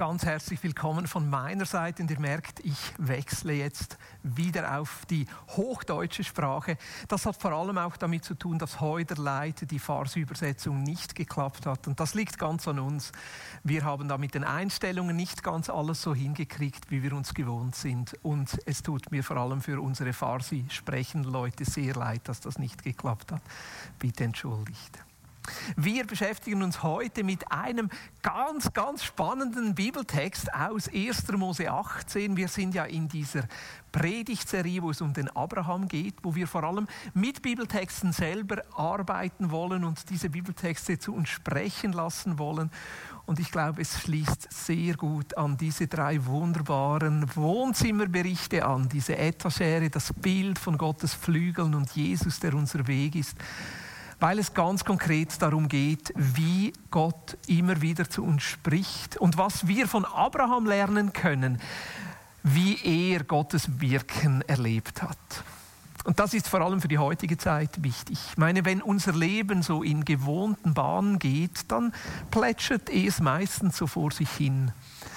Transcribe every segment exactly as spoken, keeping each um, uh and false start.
ganz herzlich willkommen von meiner Seite. Und ihr merkt, ich wechsle jetzt wieder auf die hochdeutsche Sprache. Das hat vor allem auch damit zu tun, dass heute leider die Farsi-Übersetzung nicht geklappt hat. Und das liegt ganz an uns. Wir haben da mit den Einstellungen nicht ganz alles so hingekriegt, wie wir uns gewohnt sind. Und es tut mir vor allem für unsere Farsi-sprechenden Leute sehr leid, dass das nicht geklappt hat. Bitte entschuldigt. Wir beschäftigen uns heute mit einem ganz, ganz spannenden Bibeltext aus erster Mose achtzehn. Wir sind ja in dieser Predigtserie, wo es um den Abraham geht, wo wir vor allem mit Bibeltexten selber arbeiten wollen und diese Bibeltexte zu uns sprechen lassen wollen. Und ich glaube, es schließt sehr gut an diese drei wunderbaren Wohnzimmerberichte an, diese Etagere, das Bild von Gottes Flügeln und Jesus, der unser Weg ist. Weil es ganz konkret darum geht, wie Gott immer wieder zu uns spricht und was wir von Abraham lernen können, wie er Gottes Wirken erlebt hat. Und das ist vor allem für die heutige Zeit wichtig. Ich meine, wenn unser Leben so in gewohnten Bahnen geht, dann plätschert es meistens so vor sich hin.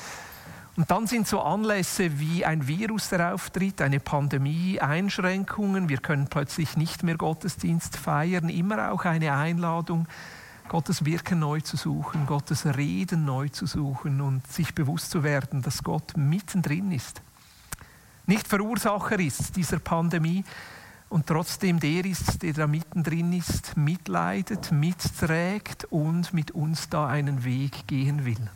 Und dann sind so Anlässe wie ein Virus, der auftritt, eine Pandemie, Einschränkungen, wir können plötzlich nicht mehr Gottesdienst feiern, immer auch eine Einladung, Gottes Wirken neu zu suchen, Gottes Reden neu zu suchen und sich bewusst zu werden, dass Gott mittendrin ist. Nicht Verursacher ist dieser Pandemie und trotzdem der ist, der da mittendrin ist, mitleidet, mitträgt und mit uns da einen Weg gehen will.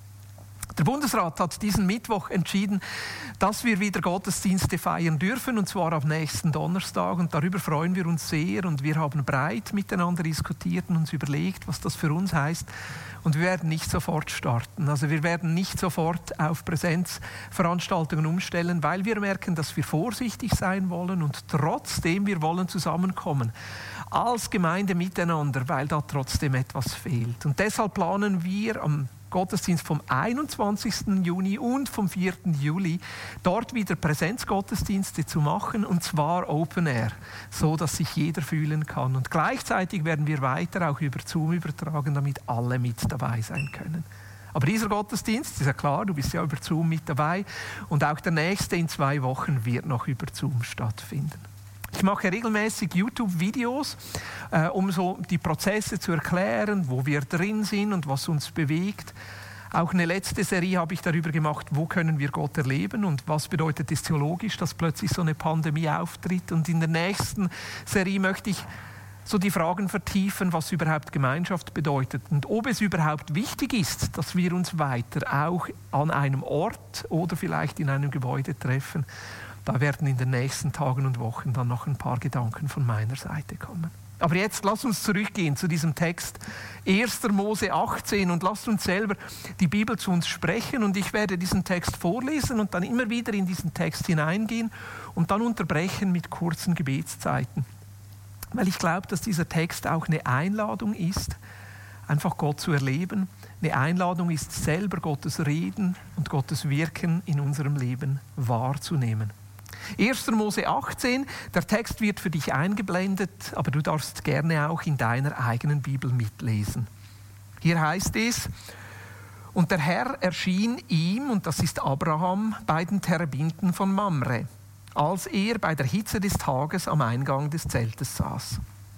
Der Bundesrat hat diesen Mittwoch entschieden, dass wir wieder Gottesdienste feiern dürfen, und zwar ab nächsten Donnerstag. Und darüber freuen wir uns sehr. Und wir haben breit miteinander diskutiert und uns überlegt, was das für uns heißt. Und wir werden nicht sofort starten. Also wir werden nicht sofort auf Präsenzveranstaltungen umstellen, weil wir merken, dass wir vorsichtig sein wollen und trotzdem wir wollen zusammenkommen. Als Gemeinde miteinander, weil da trotzdem etwas fehlt. Und deshalb planen wir am Gottesdienst vom einundzwanzigsten Juni und vom vierten Juli, dort wieder Präsenzgottesdienste zu machen, und zwar Open Air, so dass sich jeder fühlen kann. Und gleichzeitig werden wir weiter auch über Zoom übertragen, damit alle mit dabei sein können. Aber dieser Gottesdienst, ist ja klar, du bist ja über Zoom mit dabei, und auch der nächste in zwei Wochen wird noch über Zoom stattfinden. Ich mache regelmäßig YouTube-Videos, äh, um so die Prozesse zu erklären, wo wir drin sind und was uns bewegt. Auch eine letzte Serie habe ich darüber gemacht, wo können wir Gott erleben und was bedeutet es theologisch, dass plötzlich so eine Pandemie auftritt. Und in der nächsten Serie möchte ich so die Fragen vertiefen, was überhaupt Gemeinschaft bedeutet und ob es überhaupt wichtig ist, dass wir uns weiter auch an einem Ort oder vielleicht in einem Gebäude treffen. Da werden in den nächsten Tagen und Wochen dann noch ein paar Gedanken von meiner Seite kommen. Aber jetzt lass uns zurückgehen zu diesem Text erster Mose achtzehn und lasst uns selber die Bibel zu uns sprechen. Und ich werde diesen Text vorlesen und dann immer wieder in diesen Text hineingehen und dann unterbrechen mit kurzen Gebetszeiten. Weil ich glaube, dass dieser Text auch eine Einladung ist, einfach Gott zu erleben. Eine Einladung ist, selber Gottes Reden und Gottes Wirken in unserem Leben wahrzunehmen. erster Mose achtzehn, der Text wird für dich eingeblendet, aber du darfst gerne auch in deiner eigenen Bibel mitlesen. Hier heißt es: Und der Herr erschien ihm, und das ist Abraham, bei den Terebinten von Mamre, als er bei der Hitze des Tages am Eingang des Zeltes saß.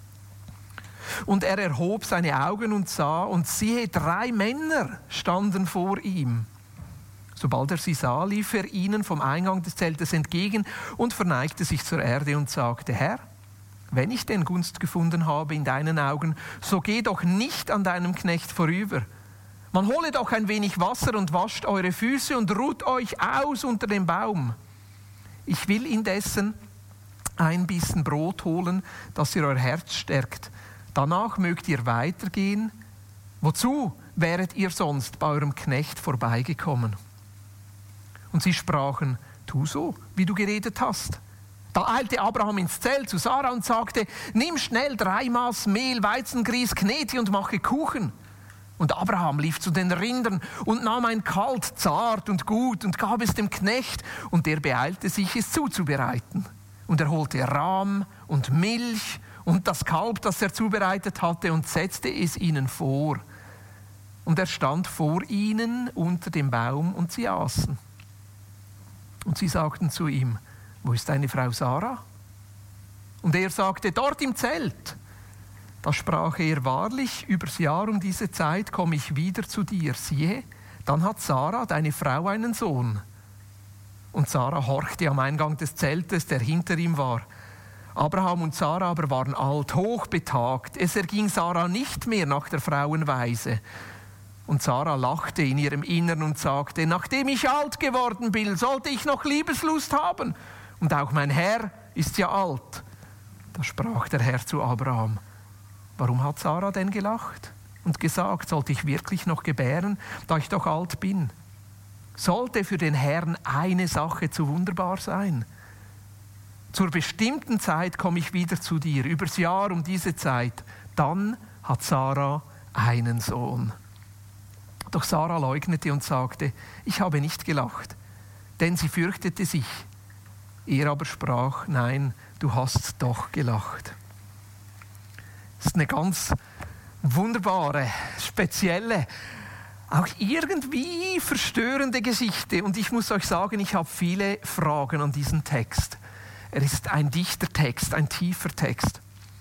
Und er erhob seine Augen und sah, und siehe, drei Männer standen vor ihm. Sobald er sie sah, lief er ihnen vom Eingang des Zeltes entgegen und verneigte sich zur Erde und sagte: Herr, wenn ich denn Gunst gefunden habe in deinen Augen, so geh doch nicht an deinem Knecht vorüber. Man hole doch ein wenig Wasser und wascht eure Füße und ruht euch aus unter dem Baum. Ich will indessen ein Bissen Brot holen, dass ihr euer Herz stärkt. Danach mögt ihr weitergehen. Wozu wäret ihr sonst bei eurem Knecht vorbeigekommen? Und sie sprachen: Tu so, wie du geredet hast. Da eilte Abraham ins Zelt zu Sarah und sagte: Nimm schnell drei Maß Mehl, Weizengrieß, knete und mache Kuchen. Und Abraham lief zu den Rindern und nahm ein Kalb, zart und gut, und gab es dem Knecht, und der beeilte sich, es zuzubereiten. Und er holte Rahm und Milch und das Kalb, das er zubereitet hatte, und setzte es ihnen vor. Und er stand vor ihnen unter dem Baum und sie aßen. Und sie sagten zu ihm, wo ist deine Frau Sarah? Und er sagte, dort im Zelt. Da sprach er, wahrlich, übers Jahr um diese Zeit komme ich wieder zu dir. Siehe, dann hat Sarah, deine Frau, einen Sohn. Und Sarah horchte am Eingang des Zeltes, der hinter ihm war. Abraham und Sarah aber waren alt, hochbetagt. Es erging Sarah nicht mehr nach der Frauenweise. Und Sarah lachte in ihrem Innern und sagte, nachdem ich alt geworden bin, sollte ich noch Liebeslust haben. Und auch mein Herr ist ja alt. Da sprach der Herr zu Abraham, warum hat Sarah denn gelacht und gesagt, sollte ich wirklich noch gebären, da ich doch alt bin? Sollte für den Herrn eine Sache zu wunderbar sein? Zur bestimmten Zeit komme ich wieder zu dir, übers Jahr um diese Zeit. Dann hat Sarah einen Sohn. Doch Sarah leugnete und sagte, ich habe nicht gelacht, denn sie fürchtete sich. Er aber sprach, nein, du hast doch gelacht. Das ist eine ganz wunderbare, spezielle, auch irgendwie verstörende Geschichte. Und ich muss euch sagen, ich habe viele Fragen an diesen Text. Er ist ein dichter Text, ein tiefer Text.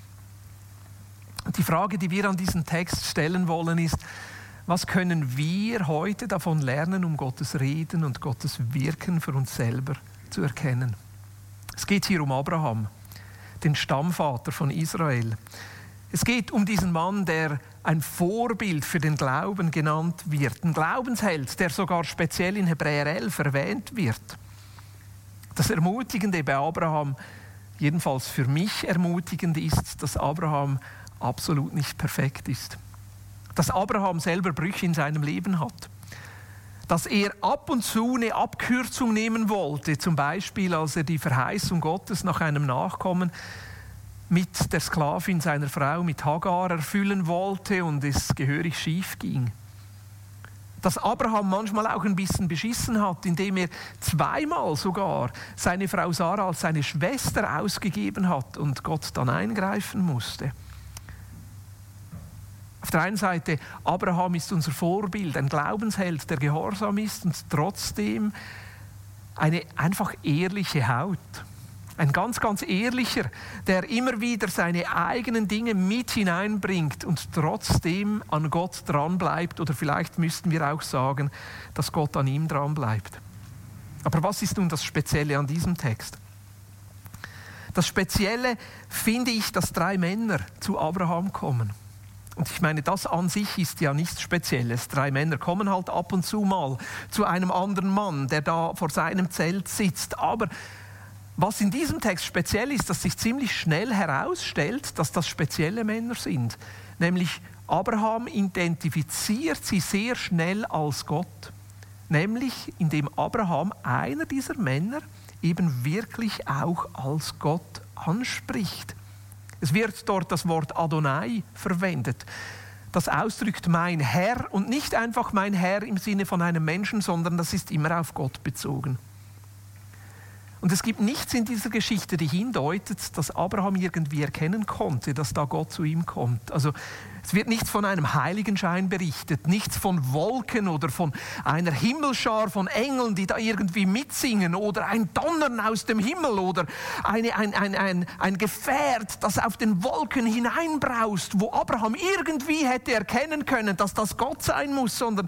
Und die Frage, die wir an diesen Text stellen wollen, ist, was können wir heute davon lernen, um Gottes Reden und Gottes Wirken für uns selber zu erkennen? Es geht hier um Abraham, den Stammvater von Israel. Es geht um diesen Mann, der ein Vorbild für den Glauben genannt wird. Ein Glaubensheld, der sogar speziell in Hebräer elf erwähnt wird. Das Ermutigende bei Abraham, jedenfalls für mich ermutigend ist, dass Abraham absolut nicht perfekt ist. Dass Abraham selber Brüche in seinem Leben hat. Dass er ab und zu eine Abkürzung nehmen wollte, zum Beispiel als er die Verheißung Gottes nach einem Nachkommen mit der Sklavin seiner Frau, mit Hagar, erfüllen wollte und es gehörig schief ging. Dass Abraham manchmal auch ein bisschen beschissen hat, indem er zweimal sogar seine Frau Sarah als seine Schwester ausgegeben hat und Gott dann eingreifen musste. Auf der einen Seite, Abraham ist unser Vorbild, ein Glaubensheld, der gehorsam ist und trotzdem eine einfach ehrliche Haut. Ein ganz, ganz ehrlicher, der immer wieder seine eigenen Dinge mit hineinbringt und trotzdem an Gott dranbleibt. Oder vielleicht müssten wir auch sagen, dass Gott an ihm dranbleibt. Aber was ist nun das Spezielle an diesem Text? Das Spezielle finde ich, dass drei Männer zu Abraham kommen. Und ich meine, das an sich ist ja nichts Spezielles. Drei Männer kommen halt ab und zu mal zu einem anderen Mann, der da vor seinem Zelt sitzt. Aber was in diesem Text speziell ist, dass sich ziemlich schnell herausstellt, dass das spezielle Männer sind. Nämlich Abraham identifiziert sie sehr schnell als Gott. Nämlich indem Abraham, einer dieser Männer, eben wirklich auch als Gott anspricht. Es wird dort das Wort Adonai verwendet. Das ausdrückt mein Herr und nicht einfach mein Herr im Sinne von einem Menschen, sondern das ist immer auf Gott bezogen. Und es gibt nichts in dieser Geschichte, die hindeutet, dass Abraham irgendwie erkennen konnte, dass da Gott zu ihm kommt. Also es wird nichts von einem Heiligenschein berichtet, nichts von Wolken oder von einer Himmelschar von Engeln, die da irgendwie mitsingen oder ein Donnern aus dem Himmel oder eine, ein, ein, ein, ein Gefährt, das auf den Wolken hineinbraust, wo Abraham irgendwie hätte erkennen können, dass das Gott sein muss, sondern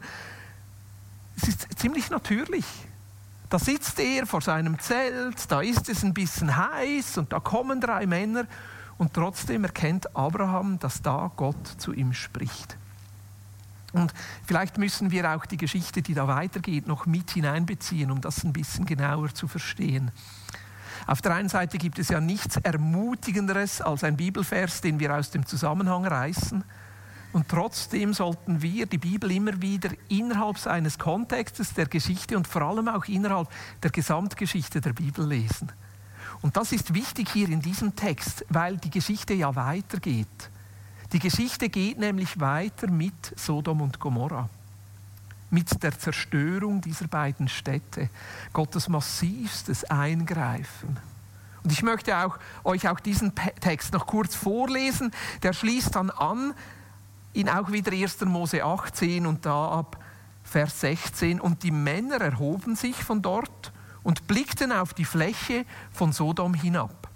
es ist ziemlich natürlich. Da sitzt er vor seinem Zelt, da ist es ein bisschen heiß und da kommen drei Männer und trotzdem erkennt Abraham, dass da Gott zu ihm spricht. Und vielleicht müssen wir auch die Geschichte, die da weitergeht, noch mit hineinbeziehen, um das ein bisschen genauer zu verstehen. Auf der einen Seite gibt es ja nichts Ermutigenderes als ein Bibelvers, den wir aus dem Zusammenhang reißen. Und trotzdem sollten wir die Bibel immer wieder innerhalb seines Kontextes der Geschichte und vor allem auch innerhalb der Gesamtgeschichte der Bibel lesen. Und das ist wichtig hier in diesem Text, weil die Geschichte ja weitergeht. Die Geschichte geht nämlich weiter mit Sodom und Gomorra. Mit der Zerstörung dieser beiden Städte. Gottes massivstes Eingreifen. Und ich möchte auch, euch auch diesen Text noch kurz vorlesen. Der schließt dann an in auch wieder erster Mose achtzehn und da ab Vers sechzehn. Und die Männer erhoben sich von dort und blickten auf die Fläche von Sodom hinab.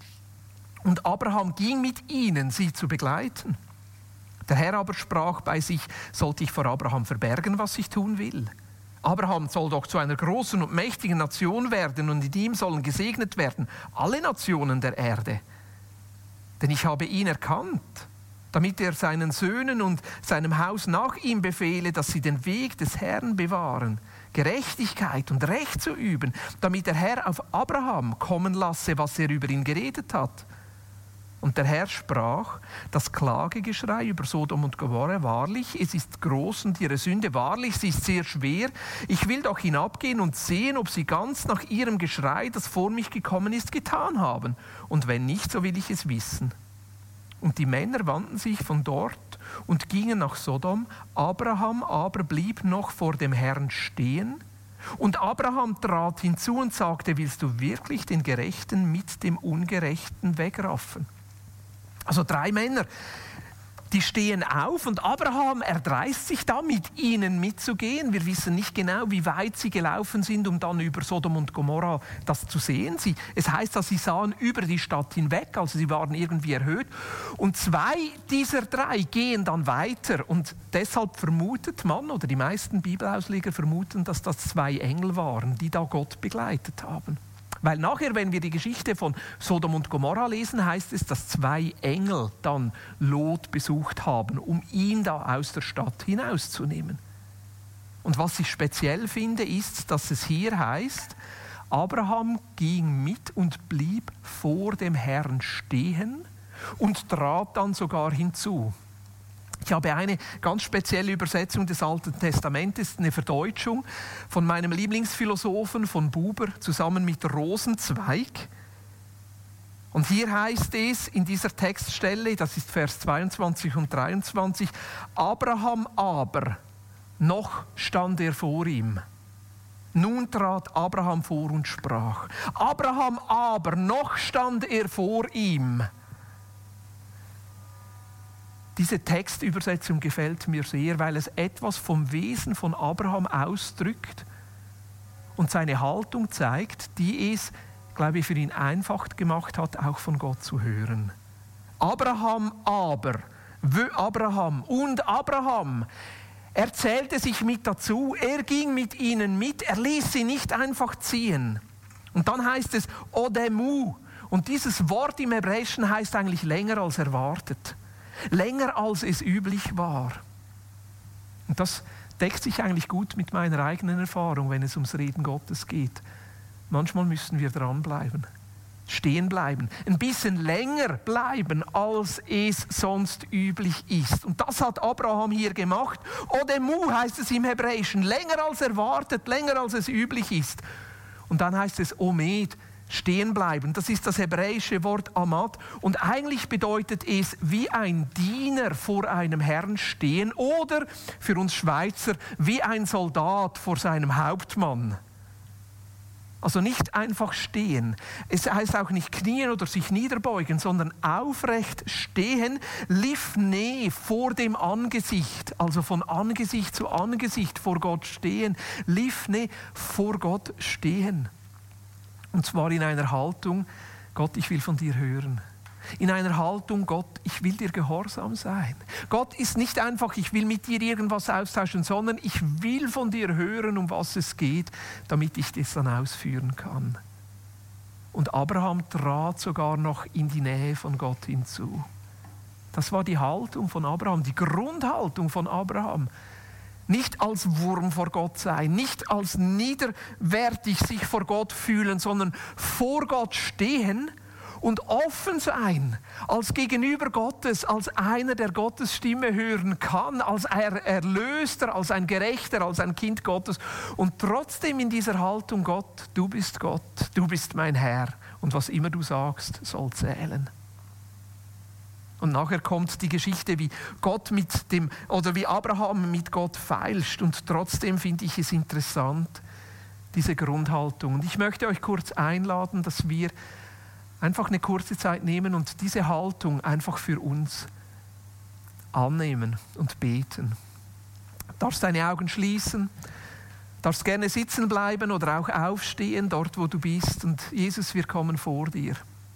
Und Abraham ging mit ihnen, sie zu begleiten. Der Herr aber sprach bei sich, sollte ich vor Abraham verbergen, was ich tun will? Abraham soll doch zu einer großen und mächtigen Nation werden und in ihm sollen gesegnet werden alle Nationen der Erde. Denn ich habe ihn erkannt, damit er seinen Söhnen und seinem Haus nach ihm befehle, dass sie den Weg des Herrn bewahren, Gerechtigkeit und Recht zu üben, damit der Herr auf Abraham kommen lasse, was er über ihn geredet hat. Und der Herr sprach, das Klagegeschrei über Sodom und Gomorra, wahrlich, es ist groß und ihre Sünde, wahrlich, sie ist sehr schwer. Ich will doch hinabgehen und sehen, ob sie ganz nach ihrem Geschrei, das vor mich gekommen ist, getan haben. Und wenn nicht, so will ich es wissen. Und die Männer wandten sich von dort und gingen nach Sodom. Abraham aber blieb noch vor dem Herrn stehen. Und Abraham trat hinzu und sagte, willst du wirklich den Gerechten mit dem Ungerechten wegraffen? Also drei Männer, die stehen auf und Abraham erdreist sich da, mit ihnen mitzugehen. Wir wissen nicht genau, wie weit sie gelaufen sind, um dann über Sodom und Gomorra das zu sehen. Sie, es heißt, dass sie sahen über die Stadt hinweg, also sie waren irgendwie erhöht. Und zwei dieser drei gehen dann weiter und deshalb vermutet man, oder die meisten Bibelausleger vermuten, dass das zwei Engel waren, die da Gott begleitet haben. Weil nachher, wenn wir die Geschichte von Sodom und Gomorra lesen, heißt es, dass zwei Engel dann Lot besucht haben, um ihn da aus der Stadt hinauszunehmen. Und was ich speziell finde, ist, dass es hier heißt, Abraham ging mit und blieb vor dem Herrn stehen und trat dann sogar hinzu. Ich habe eine ganz spezielle Übersetzung des Alten Testamentes, eine Verdeutschung von meinem Lieblingsphilosophen von Buber zusammen mit Rosenzweig. Und hier heißt es in dieser Textstelle, das ist Vers zweiundzwanzig und dreiundzwanzig, Abraham aber, noch stand er vor ihm. Nun trat Abraham vor und sprach. Abraham aber, noch stand er vor ihm. Diese Textübersetzung gefällt mir sehr, weil es etwas vom Wesen von Abraham ausdrückt und seine Haltung zeigt, die es, glaube ich, für ihn einfach gemacht hat, auch von Gott zu hören. Abraham aber, Abraham und Abraham, er zählte sich mit dazu, er ging mit ihnen mit, er ließ sie nicht einfach ziehen. Und dann heißt es Odemu, und dieses Wort im Hebräischen heißt eigentlich länger als erwartet. Länger als es üblich war. Und das deckt sich eigentlich gut mit meiner eigenen Erfahrung, wenn es ums Reden Gottes geht. Manchmal müssen wir dranbleiben, stehen bleiben, ein bisschen länger bleiben, als es sonst üblich ist. Und das hat Abraham hier gemacht. Odemu heißt es im Hebräischen, länger als erwartet, länger als es üblich ist. Und dann heißt es Omed, stehen bleiben. Das ist das hebräische Wort Amad und eigentlich bedeutet es wie ein Diener vor einem Herrn stehen oder für uns Schweizer wie ein Soldat vor seinem Hauptmann. Also nicht einfach stehen. Es heißt auch nicht knien oder sich niederbeugen, sondern aufrecht stehen, lifne, vor dem Angesicht, also von Angesicht zu Angesicht vor Gott stehen, lifne, vor Gott stehen. Und zwar in einer Haltung, Gott, ich will von dir hören. In einer Haltung, Gott, ich will dir gehorsam sein. Gott ist nicht einfach, ich will mit dir irgendwas austauschen, sondern ich will von dir hören, um was es geht, damit ich das dann ausführen kann. Und Abraham trat sogar noch in die Nähe von Gott hinzu. Das war die Haltung von Abraham, die Grundhaltung von Abraham. Nicht als Wurm vor Gott sein, nicht als niederwertig sich vor Gott fühlen, sondern vor Gott stehen und offen sein, als Gegenüber Gottes, als einer, der Gottes Stimme hören kann, als ein Erlöster, als ein Gerechter, als ein Kind Gottes und trotzdem in dieser Haltung, Gott, du bist Gott, du bist mein Herr und was immer du sagst, soll zählen. Und nachher kommt die Geschichte, wie Gott mit dem, oder wie Abraham mit Gott feilscht. Und trotzdem finde ich es interessant, diese Grundhaltung. Und ich möchte euch kurz einladen, dass wir einfach eine kurze Zeit nehmen und diese Haltung einfach für uns annehmen und beten. Du darfst deine Augen schließen, darfst gerne sitzen bleiben oder auch aufstehen, dort wo du bist. Und Jesus, wir kommen vor dir.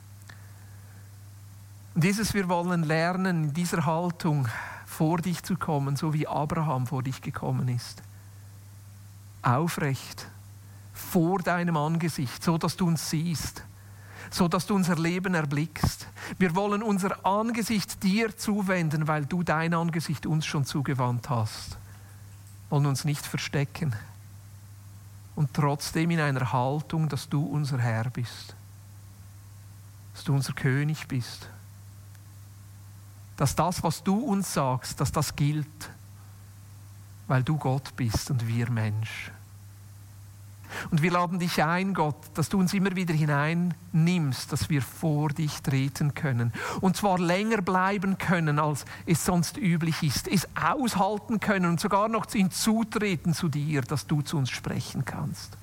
Und Jesus, wir wollen lernen, in dieser Haltung vor dich zu kommen, so wie Abraham vor dich gekommen ist. Aufrecht, vor deinem Angesicht, so dass du uns siehst, so dass du unser Leben erblickst. Wir wollen unser Angesicht dir zuwenden, weil du dein Angesicht uns schon zugewandt hast. Wir wollen uns nicht verstecken und trotzdem in einer Haltung, dass du unser Herr bist, dass du unser König bist, dass das, was du uns sagst, dass das gilt, weil du Gott bist und wir Mensch. Und wir laden dich ein, Gott, dass du uns immer wieder hineinnimmst, dass wir vor dich treten können. Und zwar länger bleiben können, als es sonst üblich ist. Es aushalten können und sogar noch hinzutreten zu dir, dass du zu uns sprechen kannst.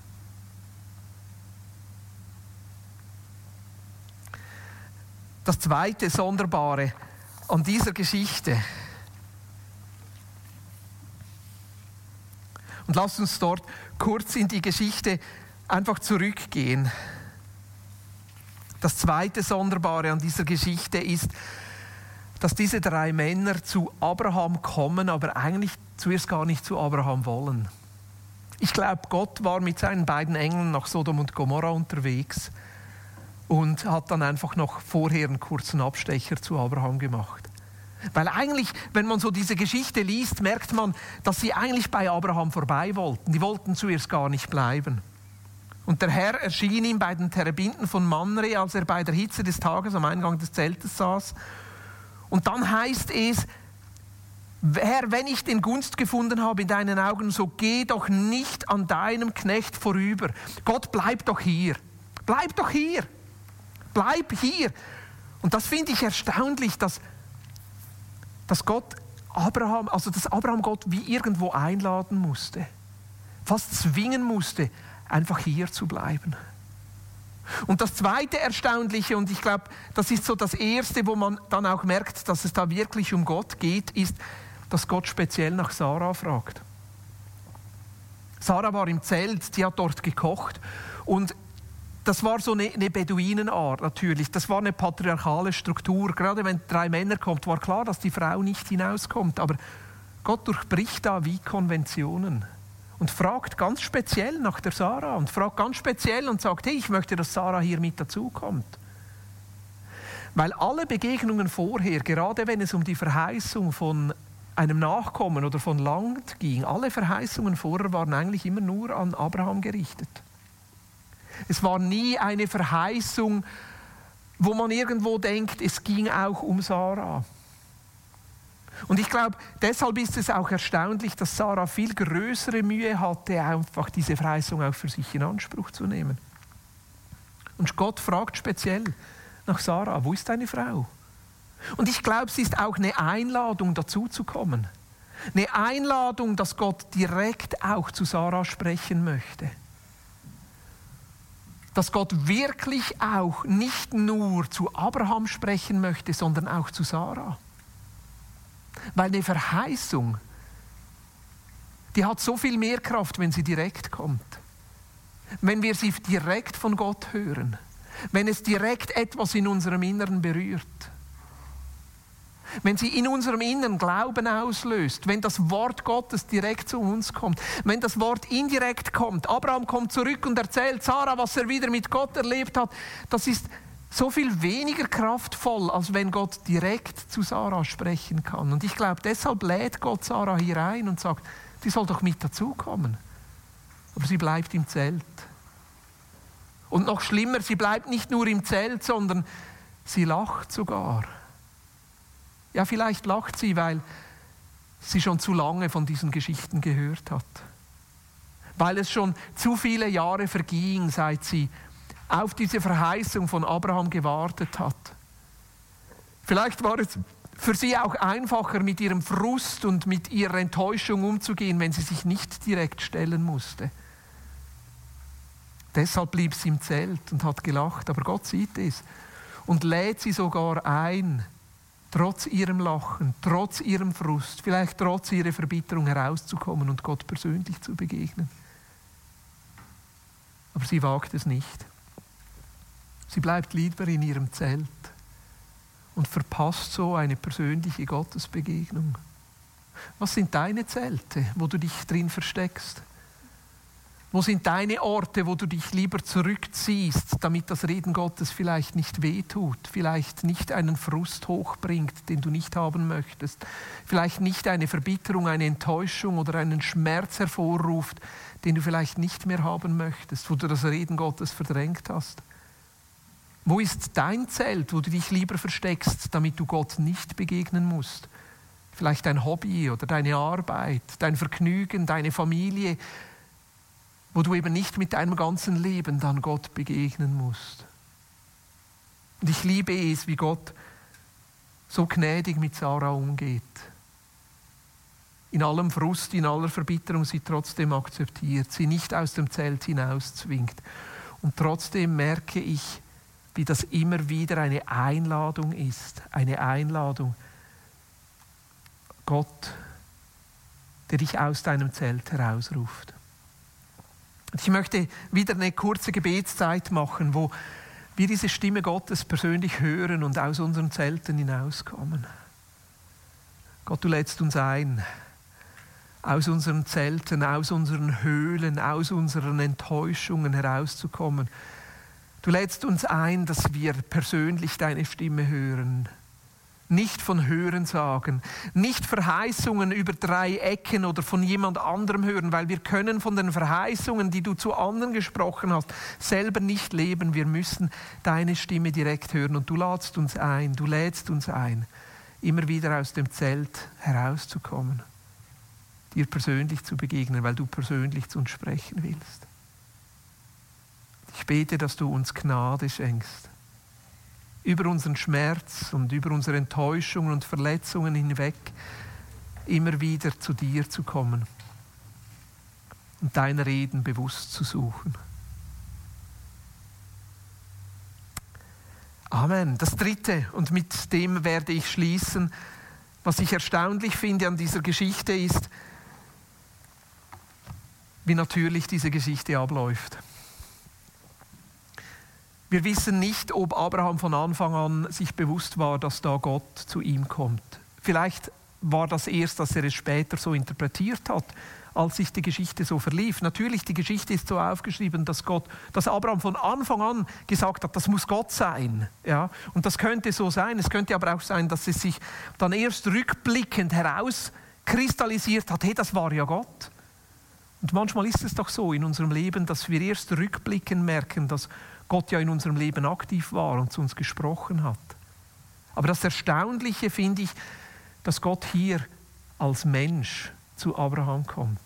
Das zweite Sonderbare an dieser Geschichte. Und lasst uns dort kurz in die Geschichte einfach zurückgehen. Das zweite Sonderbare an dieser Geschichte ist, dass diese drei Männer zu Abraham kommen, aber eigentlich zuerst gar nicht zu Abraham wollen. Ich glaube, Gott war mit seinen beiden Engeln nach Sodom und Gomorra unterwegs und hat dann einfach noch vorher einen kurzen Abstecher zu Abraham gemacht. Weil eigentlich, wenn man so diese Geschichte liest, merkt man, dass sie eigentlich bei Abraham vorbei wollten. Die wollten zuerst gar nicht bleiben. Und der Herr erschien ihm bei den Terebinden von Mamre, als er bei der Hitze des Tages am Eingang des Zeltes saß. Und dann heißt es, Herr, wenn ich den Gunst gefunden habe in deinen Augen, so geh doch nicht an deinem Knecht vorüber. Gott, bleib doch hier. Bleib doch hier. Bleib hier. Und das finde ich erstaunlich, dass dass Gott Abraham, also dass Abraham Gott wie irgendwo einladen musste, fast zwingen musste, einfach hier zu bleiben. Und das zweite Erstaunliche, und ich glaube, das ist so das Erste, wo man dann auch merkt, dass es da wirklich um Gott geht, ist, dass Gott speziell nach Sarah fragt. Sarah war im Zelt, die hat dort gekocht und das war so eine, eine Beduinenart natürlich. Das war eine patriarchale Struktur. Gerade wenn drei Männer kommen, war klar, dass die Frau nicht hinauskommt. Aber Gott durchbricht da wie Konventionen und fragt ganz speziell nach der Sarah und fragt ganz speziell und sagt, hey, ich möchte, dass Sarah hier mit dazukommt. Weil alle Begegnungen vorher, gerade wenn es um die Verheißung von einem Nachkommen oder von Land ging, alle Verheißungen vorher waren eigentlich immer nur an Abraham gerichtet. Es war nie eine Verheißung, wo man irgendwo denkt, es ging auch um Sarah. Und ich glaube, deshalb ist es auch erstaunlich, dass Sarah viel größere Mühe hatte, einfach diese Verheißung auch für sich in Anspruch zu nehmen. Und Gott fragt speziell nach Sarah, wo ist deine Frau? Und ich glaube, es ist auch eine Einladung, dazu zu kommen. Eine Einladung, dass Gott direkt auch zu Sarah sprechen möchte. Dass Gott wirklich auch nicht nur zu Abraham sprechen möchte, sondern auch zu Sarah. Weil eine Verheißung, die hat so viel mehr Kraft, wenn sie direkt kommt. Wenn wir sie direkt von Gott hören. Wenn es direkt etwas in unserem Inneren berührt. Wenn sie in unserem Inneren Glauben auslöst, wenn das Wort Gottes direkt zu uns kommt, wenn das Wort indirekt kommt, Abraham kommt zurück und erzählt Sarah, was er wieder mit Gott erlebt hat, das ist so viel weniger kraftvoll, als wenn Gott direkt zu Sarah sprechen kann. Und ich glaube, deshalb lädt Gott Sarah hier ein und sagt, die soll doch mit dazukommen. Aber sie bleibt im Zelt. Und noch schlimmer, sie bleibt nicht nur im Zelt, sondern sie lacht sogar. Ja, vielleicht lacht sie, weil sie schon zu lange von diesen Geschichten gehört hat. Weil es schon zu viele Jahre verging, seit sie auf diese Verheißung von Abraham gewartet hat. Vielleicht war es für sie auch einfacher, mit ihrem Frust und mit ihrer Enttäuschung umzugehen, wenn sie sich nicht direkt stellen musste. Deshalb blieb sie im Zelt und hat gelacht, aber Gott sieht es und lädt sie sogar ein, trotz ihrem Lachen, trotz ihrem Frust, vielleicht trotz ihrer Verbitterung herauszukommen und Gott persönlich zu begegnen. Aber sie wagt es nicht. Sie bleibt lieber in ihrem Zelt und verpasst so eine persönliche Gottesbegegnung. Was sind deine Zelte, wo du dich drin versteckst? Wo sind deine Orte, wo du dich lieber zurückziehst, damit das Reden Gottes vielleicht nicht wehtut, vielleicht nicht einen Frust hochbringt, den du nicht haben möchtest, vielleicht nicht eine Verbitterung, eine Enttäuschung oder einen Schmerz hervorruft, den du vielleicht nicht mehr haben möchtest, wo du das Reden Gottes verdrängt hast? Wo ist dein Zelt, wo du dich lieber versteckst, damit du Gott nicht begegnen musst? Vielleicht dein Hobby oder deine Arbeit, dein Vergnügen, deine Familie, wo du eben nicht mit deinem ganzen Leben dann Gott begegnen musst. Und ich liebe es, wie Gott so gnädig mit Sarah umgeht. In allem Frust, in aller Verbitterung sie trotzdem akzeptiert, sie nicht aus dem Zelt hinaus zwingt. Und trotzdem merke ich, wie das immer wieder eine Einladung ist, eine Einladung. Gott, der dich aus deinem Zelt herausruft. Ich möchte wieder eine kurze Gebetszeit machen, wo wir diese Stimme Gottes persönlich hören und aus unseren Zelten hinauskommen. Gott, du lädst uns ein, aus unseren Zelten, aus unseren Höhlen, aus unseren Enttäuschungen herauszukommen. Du lädst uns ein, dass wir persönlich deine Stimme hören. Nicht von Hörensagen, nicht Verheißungen über drei Ecken oder von jemand anderem hören, weil wir können von den Verheißungen, die du zu anderen gesprochen hast, selber nicht leben. Wir müssen deine Stimme direkt hören und du ladst uns ein, du lädst uns ein, immer wieder aus dem Zelt herauszukommen, dir persönlich zu begegnen, weil du persönlich zu uns sprechen willst. Ich bete, dass du uns Gnade schenkst, über unseren Schmerz und über unsere Enttäuschungen und Verletzungen hinweg immer wieder zu dir zu kommen und dein Reden bewusst zu suchen. Amen. Das Dritte, und mit dem werde ich schließen, was ich erstaunlich finde an dieser Geschichte ist, wie natürlich diese Geschichte abläuft. Wir wissen nicht, ob Abraham von Anfang an sich bewusst war, dass da Gott zu ihm kommt. Vielleicht war das erst, dass er es später so interpretiert hat, als sich die Geschichte so verlief. Natürlich, die Geschichte ist so aufgeschrieben, dass Gott, dass Abraham von Anfang an gesagt hat, das muss Gott sein. Ja? Und das könnte so sein. Es könnte aber auch sein, dass es sich dann erst rückblickend herauskristallisiert hat, hey, das war ja Gott. Und manchmal ist es doch so in unserem Leben, dass wir erst rückblickend merken, dass Gott ja in unserem Leben aktiv war und zu uns gesprochen hat. Aber das Erstaunliche finde ich, dass Gott hier als Mensch zu Abraham kommt.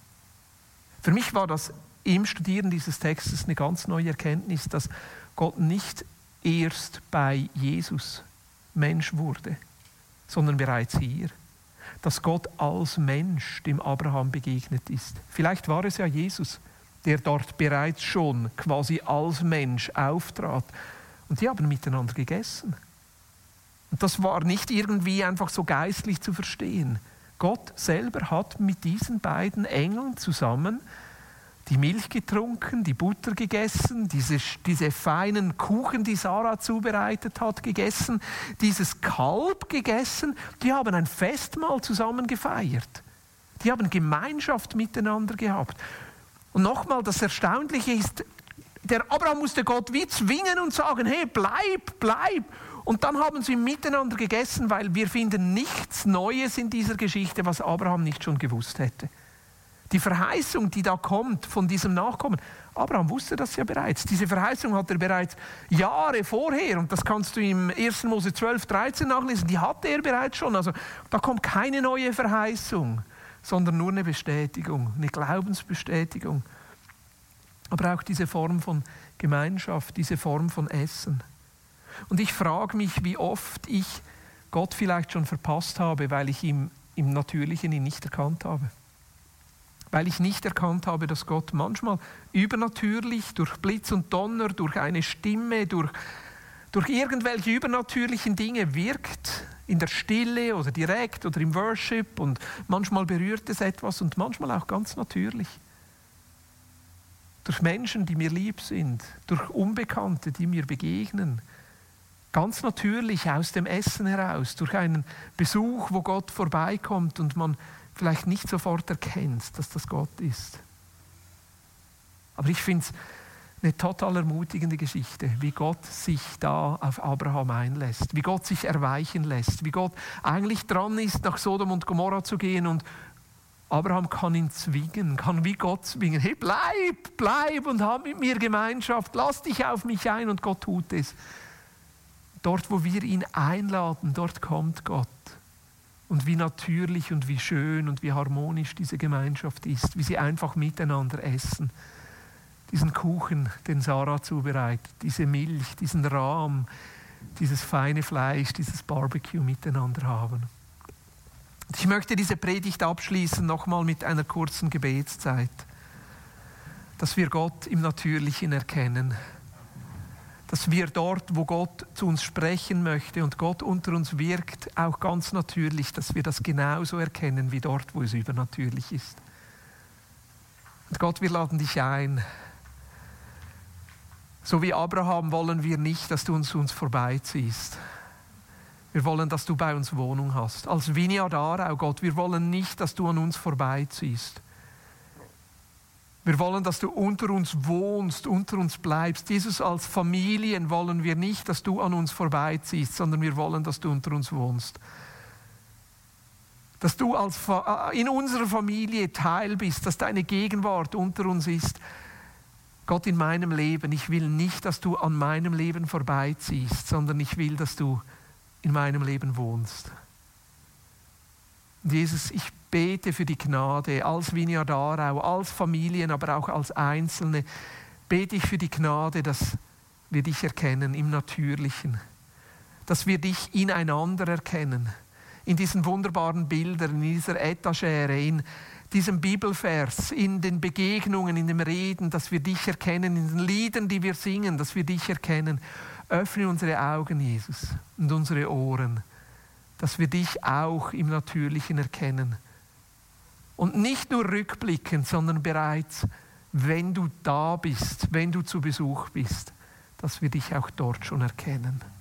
Für mich war das im Studieren dieses Textes eine ganz neue Erkenntnis, dass Gott nicht erst bei Jesus Mensch wurde, sondern bereits hier. Dass Gott als Mensch dem Abraham begegnet ist. Vielleicht war es ja Jesus, der dort bereits schon quasi als Mensch auftrat. Und die haben miteinander gegessen. Und das war nicht irgendwie einfach so geistlich zu verstehen. Gott selber hat mit diesen beiden Engeln zusammen die Milch getrunken, die Butter gegessen, diese, diese feinen Kuchen, die Sarah zubereitet hat, gegessen, dieses Kalb gegessen. Die haben ein Festmahl zusammen gefeiert. Die haben Gemeinschaft miteinander gehabt. Und nochmal, das Erstaunliche ist, der Abraham musste Gott wie zwingen und sagen, hey, bleib, bleib. Und dann haben sie miteinander gegessen, weil wir finden nichts Neues in dieser Geschichte, was Abraham nicht schon gewusst hätte. Die Verheißung, die da kommt von diesem Nachkommen, Abraham wusste das ja bereits. Diese Verheißung hat er bereits Jahre vorher, und das kannst du im ersten Mose zwölf, dreizehn nachlesen, die hatte er bereits schon. Also da kommt keine neue Verheißung, sondern nur eine Bestätigung, eine Glaubensbestätigung. Aber auch diese Form von Gemeinschaft, diese Form von Essen. Und ich frage mich, wie oft ich Gott vielleicht schon verpasst habe, weil ich ihn im Natürlichen ihn nicht erkannt habe. Weil ich nicht erkannt habe, dass Gott manchmal übernatürlich, durch Blitz und Donner, durch eine Stimme, durch, durch irgendwelche übernatürlichen Dinge wirkt in der Stille oder direkt oder im Worship und manchmal berührt es etwas und manchmal auch ganz natürlich. Durch Menschen, die mir lieb sind, durch Unbekannte, die mir begegnen. Ganz natürlich aus dem Essen heraus, durch einen Besuch, wo Gott vorbeikommt und man vielleicht nicht sofort erkennt, dass das Gott ist. Aber ich finde es eine total ermutigende Geschichte, wie Gott sich da auf Abraham einlässt, wie Gott sich erweichen lässt, wie Gott eigentlich dran ist, nach Sodom und Gomorra zu gehen und Abraham kann ihn zwingen, kann wie Gott zwingen. Hey, bleib, bleib und hab mit mir Gemeinschaft, lass dich auf mich ein und Gott tut es. Dort, wo wir ihn einladen, dort kommt Gott. Und wie natürlich und wie schön und wie harmonisch diese Gemeinschaft ist, wie sie einfach miteinander essen. Diesen Kuchen, den Sarah zubereitet, diese Milch, diesen Rahm, dieses feine Fleisch, dieses Barbecue miteinander haben. Ich möchte diese Predigt abschließen nochmal mit einer kurzen Gebetszeit, dass wir Gott im Natürlichen erkennen, dass wir dort, wo Gott zu uns sprechen möchte und Gott unter uns wirkt, auch ganz natürlich, dass wir das genauso erkennen wie dort, wo es übernatürlich ist. Und Gott, wir laden dich ein. So wie Abraham wollen wir nicht, dass du uns, uns vorbeiziehst. Wir wollen, dass du bei uns Wohnung hast. Als Vineyard Aarau, Gott, wir wollen nicht, dass du an uns vorbeiziehst. Wir wollen, dass du unter uns wohnst, unter uns bleibst. Jesus, als Familien wollen wir nicht, dass du an uns vorbeiziehst, sondern wir wollen, dass du unter uns wohnst. Dass du als, in unserer Familie Teil bist, dass deine Gegenwart unter uns ist. Gott, in meinem Leben, ich will nicht, dass du an meinem Leben vorbeiziehst, sondern ich will, dass du in meinem Leben wohnst. Und Jesus, ich bete für die Gnade als Vineyard Aarau, als Familien, aber auch als Einzelne, bete ich für die Gnade, dass wir dich erkennen im Natürlichen, dass wir dich ineinander erkennen, in diesen wunderbaren Bildern, in dieser Etagere, in diesem Bibelvers, in den Begegnungen, in dem Reden, dass wir dich erkennen, in den Liedern, die wir singen, dass wir dich erkennen. Öffne unsere Augen, Jesus, und unsere Ohren, dass wir dich auch im Natürlichen erkennen. Und nicht nur rückblickend, sondern bereits, wenn du da bist, wenn du zu Besuch bist, dass wir dich auch dort schon erkennen.